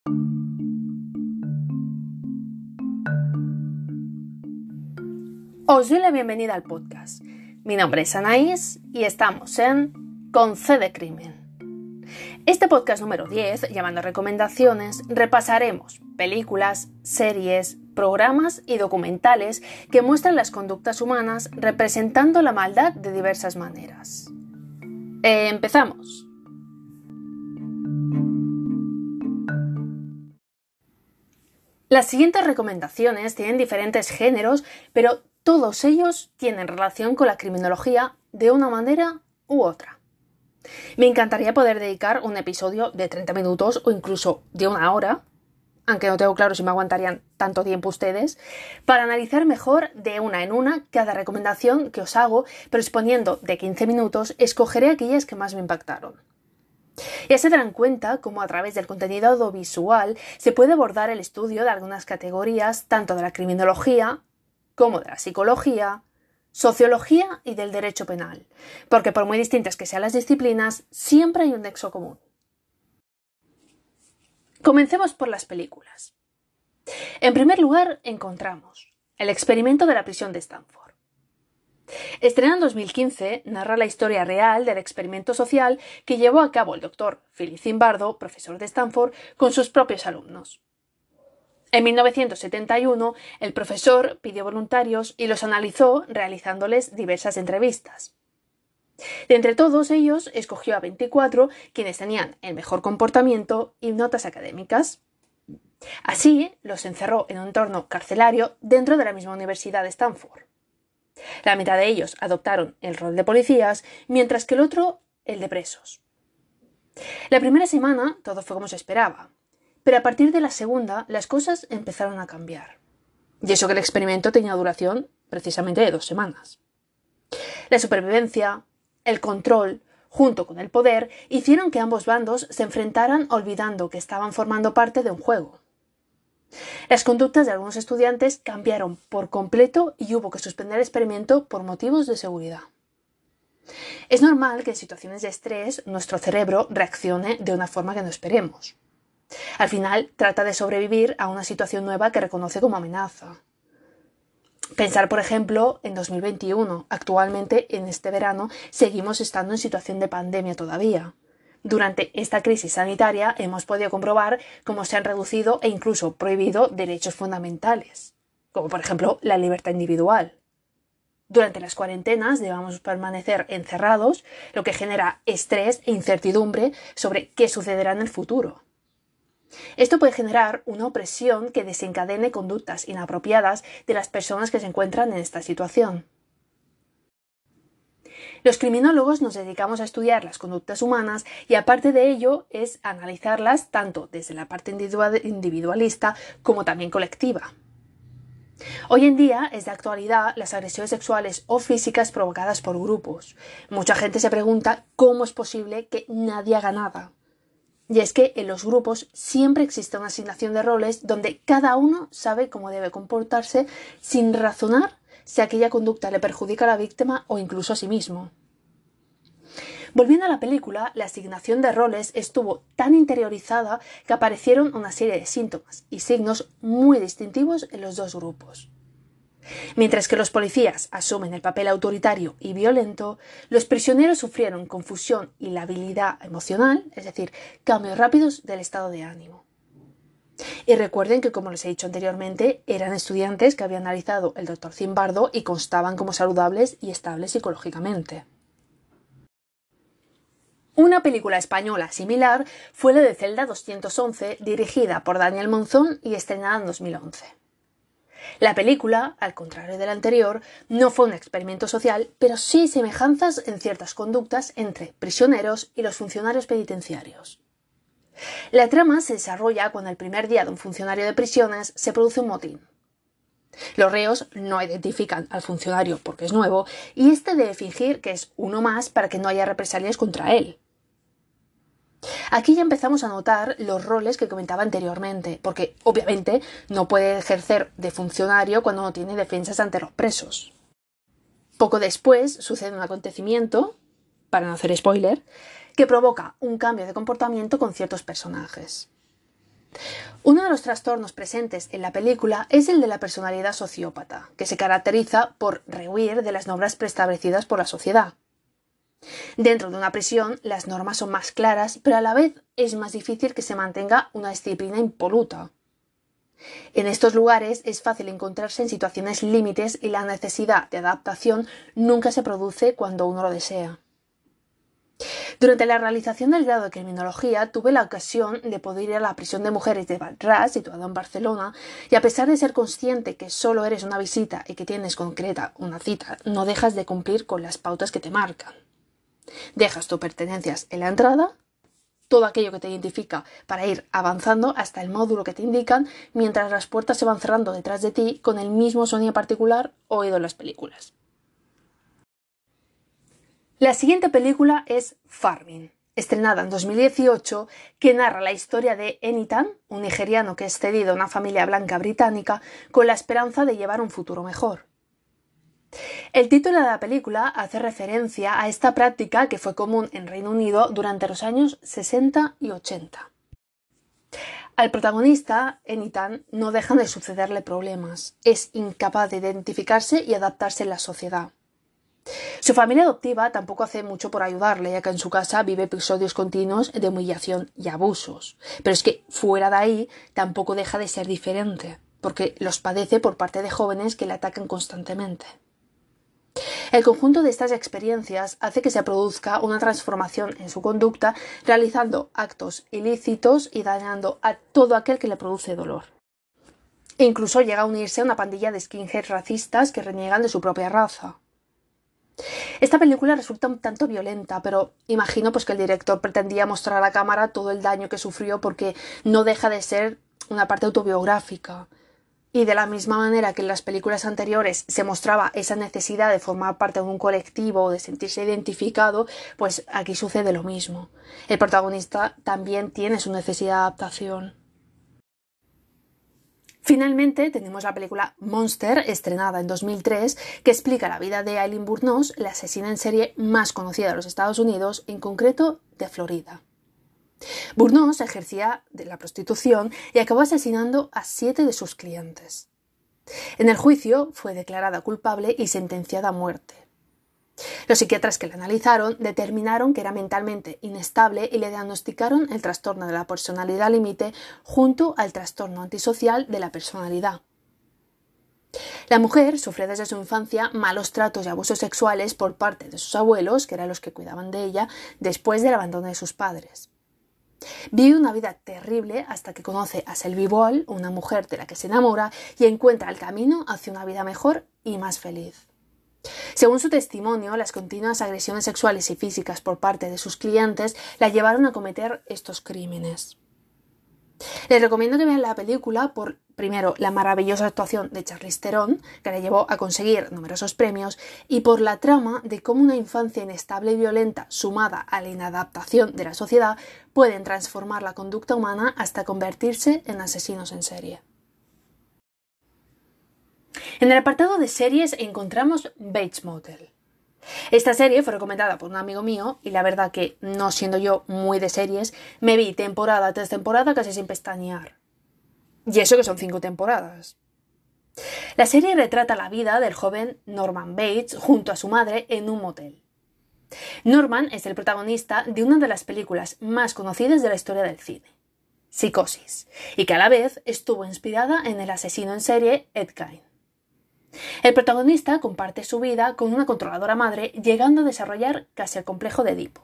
Os doy la bienvenida al podcast. Mi nombre es Anaís y estamos en Con C de Crimen. Este podcast número 10, llamando recomendaciones, repasaremos películas, series, programas y documentales que muestran las conductas humanas representando la maldad de diversas maneras. ¡Empezamos! Las siguientes recomendaciones tienen diferentes géneros, pero todos ellos tienen relación con la criminología de una manera u otra. Me encantaría poder dedicar un episodio de 30 minutos o incluso de una hora, aunque no tengo claro si me aguantarían tanto tiempo ustedes, para analizar mejor de una en una cada recomendación que os hago, pero exponiendo de 15 minutos, escogeré aquellas que más me impactaron. Ya se darán cuenta cómo a través del contenido audiovisual se puede abordar el estudio de algunas categorías, tanto de la criminología como de la psicología, sociología y del derecho penal, porque por muy distintas que sean las disciplinas, siempre hay un nexo común. Comencemos por las películas. En primer lugar, encontramos El experimento de la prisión de Stanford. Estrenada en 2015, narra la historia real del experimento social que llevó a cabo el doctor Philip Zimbardo, profesor de Stanford, con sus propios alumnos. En 1971, el profesor pidió voluntarios y los analizó realizándoles diversas entrevistas. De entre todos ellos, escogió a 24 quienes tenían el mejor comportamiento y notas académicas. Así, los encerró en un entorno carcelario dentro de la misma Universidad de Stanford. La mitad de ellos adoptaron el rol de policías, mientras que el otro el de presos. La primera semana todo fue como se esperaba, pero a partir de la segunda las cosas empezaron a cambiar. Y eso que el experimento tenía duración precisamente de 2 semanas. La supervivencia, el control, junto con el poder, hicieron que ambos bandos se enfrentaran olvidando que estaban formando parte de un juego. Las conductas de algunos estudiantes cambiaron por completo y hubo que suspender el experimento por motivos de seguridad. Es normal que en situaciones de estrés nuestro cerebro reaccione de una forma que no esperemos. Al final, trata de sobrevivir a una situación nueva que reconoce como amenaza. Pensar, por ejemplo, en 2021. Actualmente, en este verano, seguimos estando en situación de pandemia todavía. Durante esta crisis sanitaria hemos podido comprobar cómo se han reducido e incluso prohibido derechos fundamentales, como por ejemplo la libertad individual. Durante las cuarentenas debemos permanecer encerrados, lo que genera estrés e incertidumbre sobre qué sucederá en el futuro. Esto puede generar una opresión que desencadene conductas inapropiadas de las personas que se encuentran en esta situación. Los criminólogos nos dedicamos a estudiar las conductas humanas y aparte de ello es analizarlas tanto desde la parte individualista como también colectiva. Hoy en día es de actualidad las agresiones sexuales o físicas provocadas por grupos. Mucha gente se pregunta cómo es posible que nadie haga nada. Y es que en los grupos siempre existe una asignación de roles donde cada uno sabe cómo debe comportarse sin razonar si aquella conducta le perjudica a la víctima o incluso a sí mismo. Volviendo a la película, la asignación de roles estuvo tan interiorizada que aparecieron una serie de síntomas y signos muy distintivos en los dos grupos. Mientras que los policías asumen el papel autoritario y violento, los prisioneros sufrieron confusión y labilidad emocional, es decir, cambios rápidos del estado de ánimo. Y recuerden que, como les he dicho anteriormente, eran estudiantes que había analizado el doctor Zimbardo y constaban como saludables y estables psicológicamente. Una película española similar fue la de Celda 211, dirigida por Daniel Monzón y estrenada en 2011. La película, al contrario de la anterior, no fue un experimento social, pero sí semejanzas en ciertas conductas entre prisioneros y los funcionarios penitenciarios. La trama se desarrolla cuando el primer día de un funcionario de prisiones se produce un motín. Los reos no identifican al funcionario porque es nuevo y éste debe fingir que es uno más para que no haya represalias contra él. Aquí ya empezamos a notar los roles que comentaba anteriormente, porque obviamente no puede ejercer de funcionario cuando no tiene defensas ante los presos. Poco después sucede un acontecimiento, para no hacer spoiler, que provoca un cambio de comportamiento con ciertos personajes. Uno de los trastornos presentes en la película es el de la personalidad sociópata, que se caracteriza por rehuir de las normas preestablecidas por la sociedad. Dentro de una prisión, las normas son más claras, pero a la vez es más difícil que se mantenga una disciplina impoluta. En estos lugares es fácil encontrarse en situaciones límites y la necesidad de adaptación nunca se produce cuando uno lo desea. Durante la realización del grado de criminología tuve la ocasión de poder ir a la prisión de mujeres de Vall-ras, situada en Barcelona, y a pesar de ser consciente que solo eres una visita y que tienes concreta una cita, no dejas de cumplir con las pautas que te marcan. Dejas tus pertenencias en la entrada, todo aquello que te identifica para ir avanzando hasta el módulo que te indican, mientras las puertas se van cerrando detrás de ti con el mismo sonido particular oído en las películas. La siguiente película es Farming, estrenada en 2018, que narra la historia de Enitan, un nigeriano que es cedido a una familia blanca británica con la esperanza de llevar un futuro mejor. El título de la película hace referencia a esta práctica que fue común en Reino Unido durante los años 60 y 80. Al protagonista, Enitan, no dejan de sucederle problemas. Es incapaz de identificarse y adaptarse en la sociedad. Su familia adoptiva tampoco hace mucho por ayudarle, ya que en su casa vive episodios continuos de humillación y abusos. Pero es que fuera de ahí tampoco deja de ser diferente, porque los padece por parte de jóvenes que le atacan constantemente. El conjunto de estas experiencias hace que se produzca una transformación en su conducta, realizando actos ilícitos y dañando a todo aquel que le produce dolor. E incluso llega a unirse a una pandilla de skinheads racistas que reniegan de su propia raza. Esta película resulta un tanto violenta, pero imagino que el director pretendía mostrar a la cámara todo el daño que sufrió porque no deja de ser una parte autobiográfica. Y de la misma manera que en las películas anteriores se mostraba esa necesidad de formar parte de un colectivo o de sentirse identificado, pues aquí sucede lo mismo. El protagonista también tiene su necesidad de adaptación. Finalmente tenemos la película Monster, estrenada en 2003, que explica la vida de Aileen Wuornos, la asesina en serie más conocida de los Estados Unidos, en concreto de Florida. Wuornos ejercía de la prostitución y acabó asesinando a 7 de sus clientes. En el juicio fue declarada culpable y sentenciada a muerte. Los psiquiatras que la analizaron determinaron que era mentalmente inestable y le diagnosticaron el trastorno de la personalidad límite junto al trastorno antisocial de la personalidad. La mujer sufrió desde su infancia malos tratos y abusos sexuales por parte de sus abuelos, que eran los que cuidaban de ella, después del abandono de sus padres. Vive una vida terrible hasta que conoce a Sylvie Wall, una mujer de la que se enamora, y encuentra el camino hacia una vida mejor y más feliz. Según su testimonio, las continuas agresiones sexuales y físicas por parte de sus clientes la llevaron a cometer estos crímenes. Les recomiendo que vean la película por, primero, la maravillosa actuación de Charlize Theron, que la llevó a conseguir numerosos premios, y por la trama de cómo una infancia inestable y violenta, sumada a la inadaptación de la sociedad, pueden transformar la conducta humana hasta convertirse en asesinos en serie. En el apartado de series encontramos Bates Motel. Esta serie fue recomendada por un amigo mío y la verdad que, no siendo yo muy de series, me vi temporada tras temporada casi sin pestañear. Y eso que son 5 temporadas. La serie retrata la vida del joven Norman Bates junto a su madre en un motel. Norman es el protagonista de una de las películas más conocidas de la historia del cine, Psicosis, y que a la vez estuvo inspirada en el asesino en serie Ed Gein. El protagonista comparte su vida con una controladora madre, llegando a desarrollar casi el complejo de Edipo.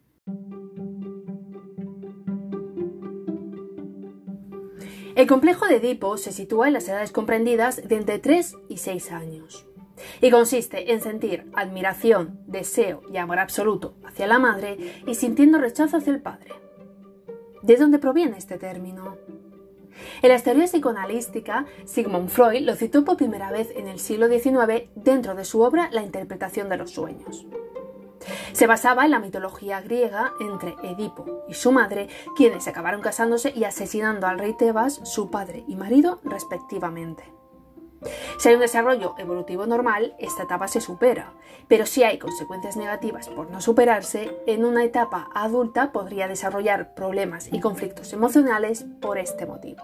El complejo de Edipo se sitúa en las edades comprendidas de entre 3 y 6 años y consiste en sentir admiración, deseo y amor absoluto hacia la madre y sintiendo rechazo hacia el padre. ¿De dónde proviene este término? En la teoría psicoanalística, Sigmund Freud lo citó por primera vez en el siglo XIX dentro de su obra La interpretación de los sueños. Se basaba en la mitología griega entre Edipo y su madre, quienes acabaron casándose y asesinando al rey Tebas, su padre y marido, respectivamente. Si hay un desarrollo evolutivo normal, esta etapa se supera, pero si hay consecuencias negativas por no superarse, en una etapa adulta podría desarrollar problemas y conflictos emocionales por este motivo.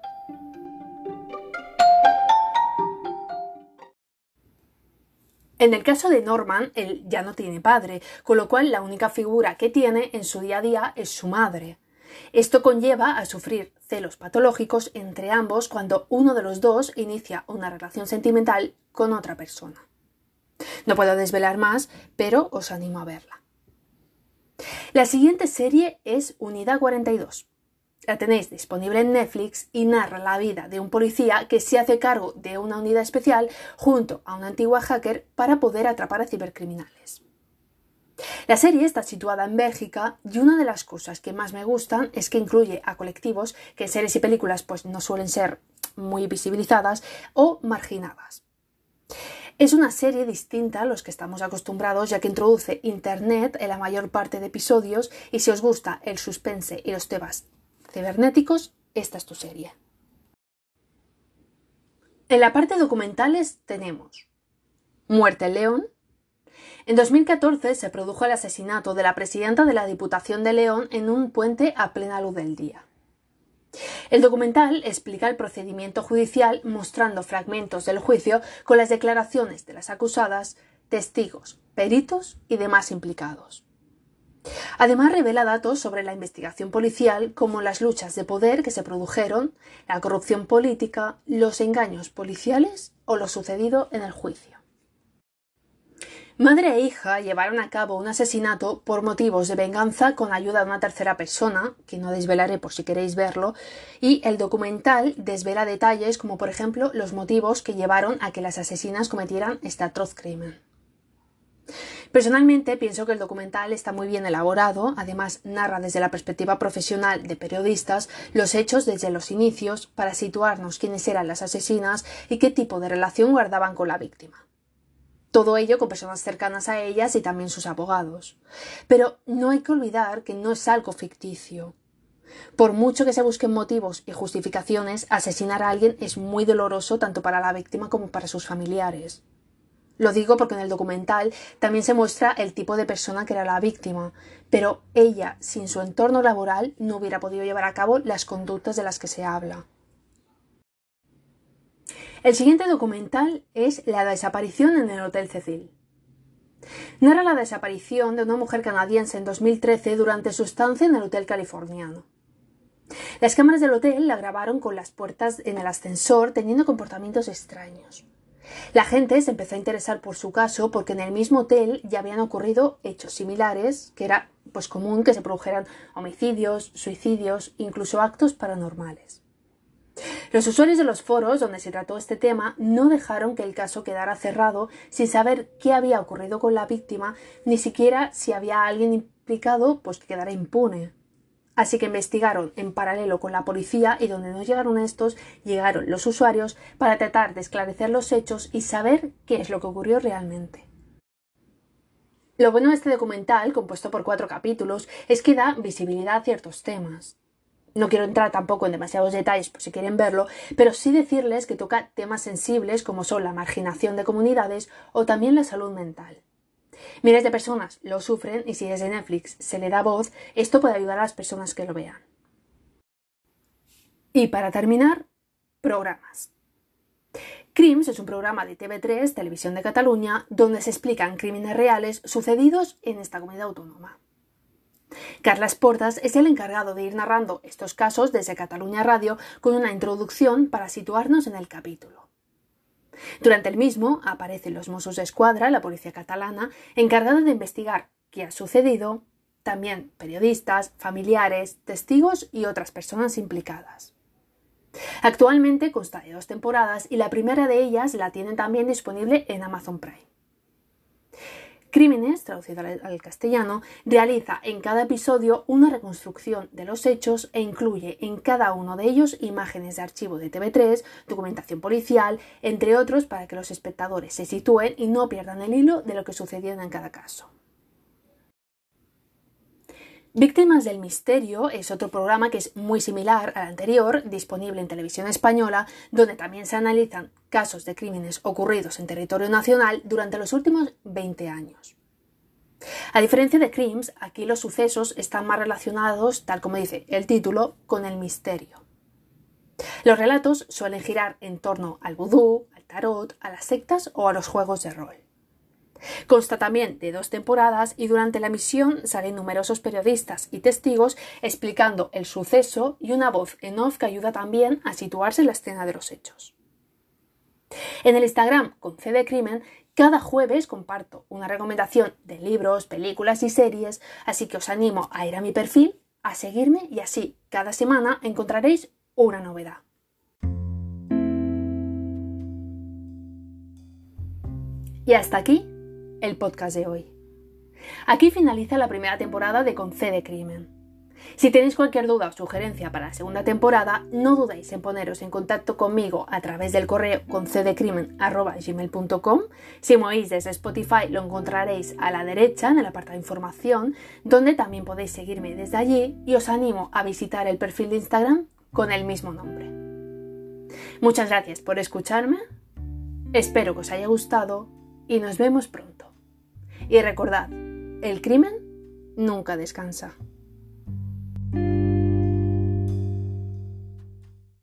En el caso de Norman, él ya no tiene padre, con lo cual la única figura que tiene en su día a día es su madre. Esto conlleva a sufrir celos patológicos entre ambos cuando uno de los dos inicia una relación sentimental con otra persona. No puedo desvelar más, pero os animo a verla. La siguiente serie es Unidad 42. La tenéis disponible en Netflix y narra la vida de un policía que se hace cargo de una unidad especial junto a una antigua hacker para poder atrapar a cibercriminales. La serie está situada en Bélgica y una de las cosas que más me gustan es que incluye a colectivos que en series y películas pues no suelen ser muy visibilizadas o marginadas. Es una serie distinta a los que estamos acostumbrados, ya que introduce Internet en la mayor parte de episodios y si os gusta el suspense y los temas cibernéticos, esta es tu serie. En la parte documentales tenemos Muerte en León. En 2014 se produjo el asesinato de la presidenta de la Diputación de León en un puente a plena luz del día. El documental explica el procedimiento judicial mostrando fragmentos del juicio con las declaraciones de las acusadas, testigos, peritos y demás implicados. Además revela datos sobre la investigación policial como las luchas de poder que se produjeron, la corrupción política, los engaños policiales o lo sucedido en el juicio. Madre e hija llevaron a cabo un asesinato por motivos de venganza con ayuda de una tercera persona, que no desvelaré por si queréis verlo, y el documental desvela detalles como por ejemplo los motivos que llevaron a que las asesinas cometieran este atroz crimen. Personalmente pienso que el documental está muy bien elaborado, además narra desde la perspectiva profesional de periodistas los hechos desde los inicios para situarnos quiénes eran las asesinas y qué tipo de relación guardaban con la víctima. Todo ello con personas cercanas a ellas y también sus abogados. Pero no hay que olvidar que no es algo ficticio. Por mucho que se busquen motivos y justificaciones, asesinar a alguien es muy doloroso tanto para la víctima como para sus familiares. Lo digo porque en el documental también se muestra el tipo de persona que era la víctima, pero ella, sin su entorno laboral, no hubiera podido llevar a cabo las conductas de las que se habla. El siguiente documental es La desaparición en el Hotel Cecil. Narra la desaparición de una mujer canadiense en 2013 durante su estancia en el hotel californiano. Las cámaras del hotel la grabaron con las puertas en el ascensor teniendo comportamientos extraños. La gente se empezó a interesar por su caso porque en el mismo hotel ya habían ocurrido hechos similares, que era pues común que se produjeran homicidios, suicidios, incluso actos paranormales. Los usuarios de los foros donde se trató este tema no dejaron que el caso quedara cerrado sin saber qué había ocurrido con la víctima, ni siquiera si había alguien implicado pues que quedara impune. Así que investigaron en paralelo con la policía y donde no llegaron estos, llegaron los usuarios para tratar de esclarecer los hechos y saber qué es lo que ocurrió realmente. Lo bueno de este documental, compuesto por 4 capítulos, es que da visibilidad a ciertos temas. No quiero entrar tampoco en demasiados detalles por si quieren verlo, pero sí decirles que toca temas sensibles como son la marginación de comunidades o también la salud mental. Miles de personas lo sufren y si desde Netflix se le da voz, esto puede ayudar a las personas que lo vean. Y para terminar, programas. Crims es un programa de TV3, Televisión de Cataluña, donde se explican crímenes reales sucedidos en esta comunidad autónoma. Carles Portas es el encargado de ir narrando estos casos desde Cataluña Radio con una introducción para situarnos en el capítulo. Durante el mismo aparecen los Mossos d'Esquadra, la policía catalana, encargada de investigar qué ha sucedido, también periodistas, familiares, testigos y otras personas implicadas. Actualmente consta de 2 temporadas y la primera de ellas la tienen también disponible en Amazon Prime. Crímenes, traducido al castellano, realiza en cada episodio una reconstrucción de los hechos e incluye en cada uno de ellos imágenes de archivo de TV3, documentación policial, entre otros para que los espectadores se sitúen y no pierdan el hilo de lo que sucedió en cada caso. Víctimas del Misterio es otro programa que es muy similar al anterior, disponible en Televisión Española, donde también se analizan casos de crímenes ocurridos en territorio nacional durante los últimos 20 años. A diferencia de Crims, aquí los sucesos están más relacionados, tal como dice el título, con el misterio. Los relatos suelen girar en torno al vudú, al tarot, a las sectas o a los juegos de rol. Consta también de 2 temporadas y durante la emisión salen numerosos periodistas y testigos explicando el suceso y una voz en off que ayuda también a situarse en la escena de los hechos. En el Instagram con C de Crimen, cada jueves comparto una recomendación de libros, películas y series, así que os animo a ir a mi perfil, a seguirme y así cada semana encontraréis una novedad. Y hasta aquí el podcast de hoy. Aquí finaliza la primera temporada de Con C de Crimen. Si tenéis cualquier duda o sugerencia para la segunda temporada, no dudéis en poneros en contacto conmigo a través del correo concdecrimen@gmail.com. Si me oís desde Spotify, lo encontraréis a la derecha en el apartado de información, donde también podéis seguirme desde allí y os animo a visitar el perfil de Instagram con el mismo nombre. Muchas gracias por escucharme, espero que os haya gustado y nos vemos pronto. Y recordad, el crimen nunca descansa.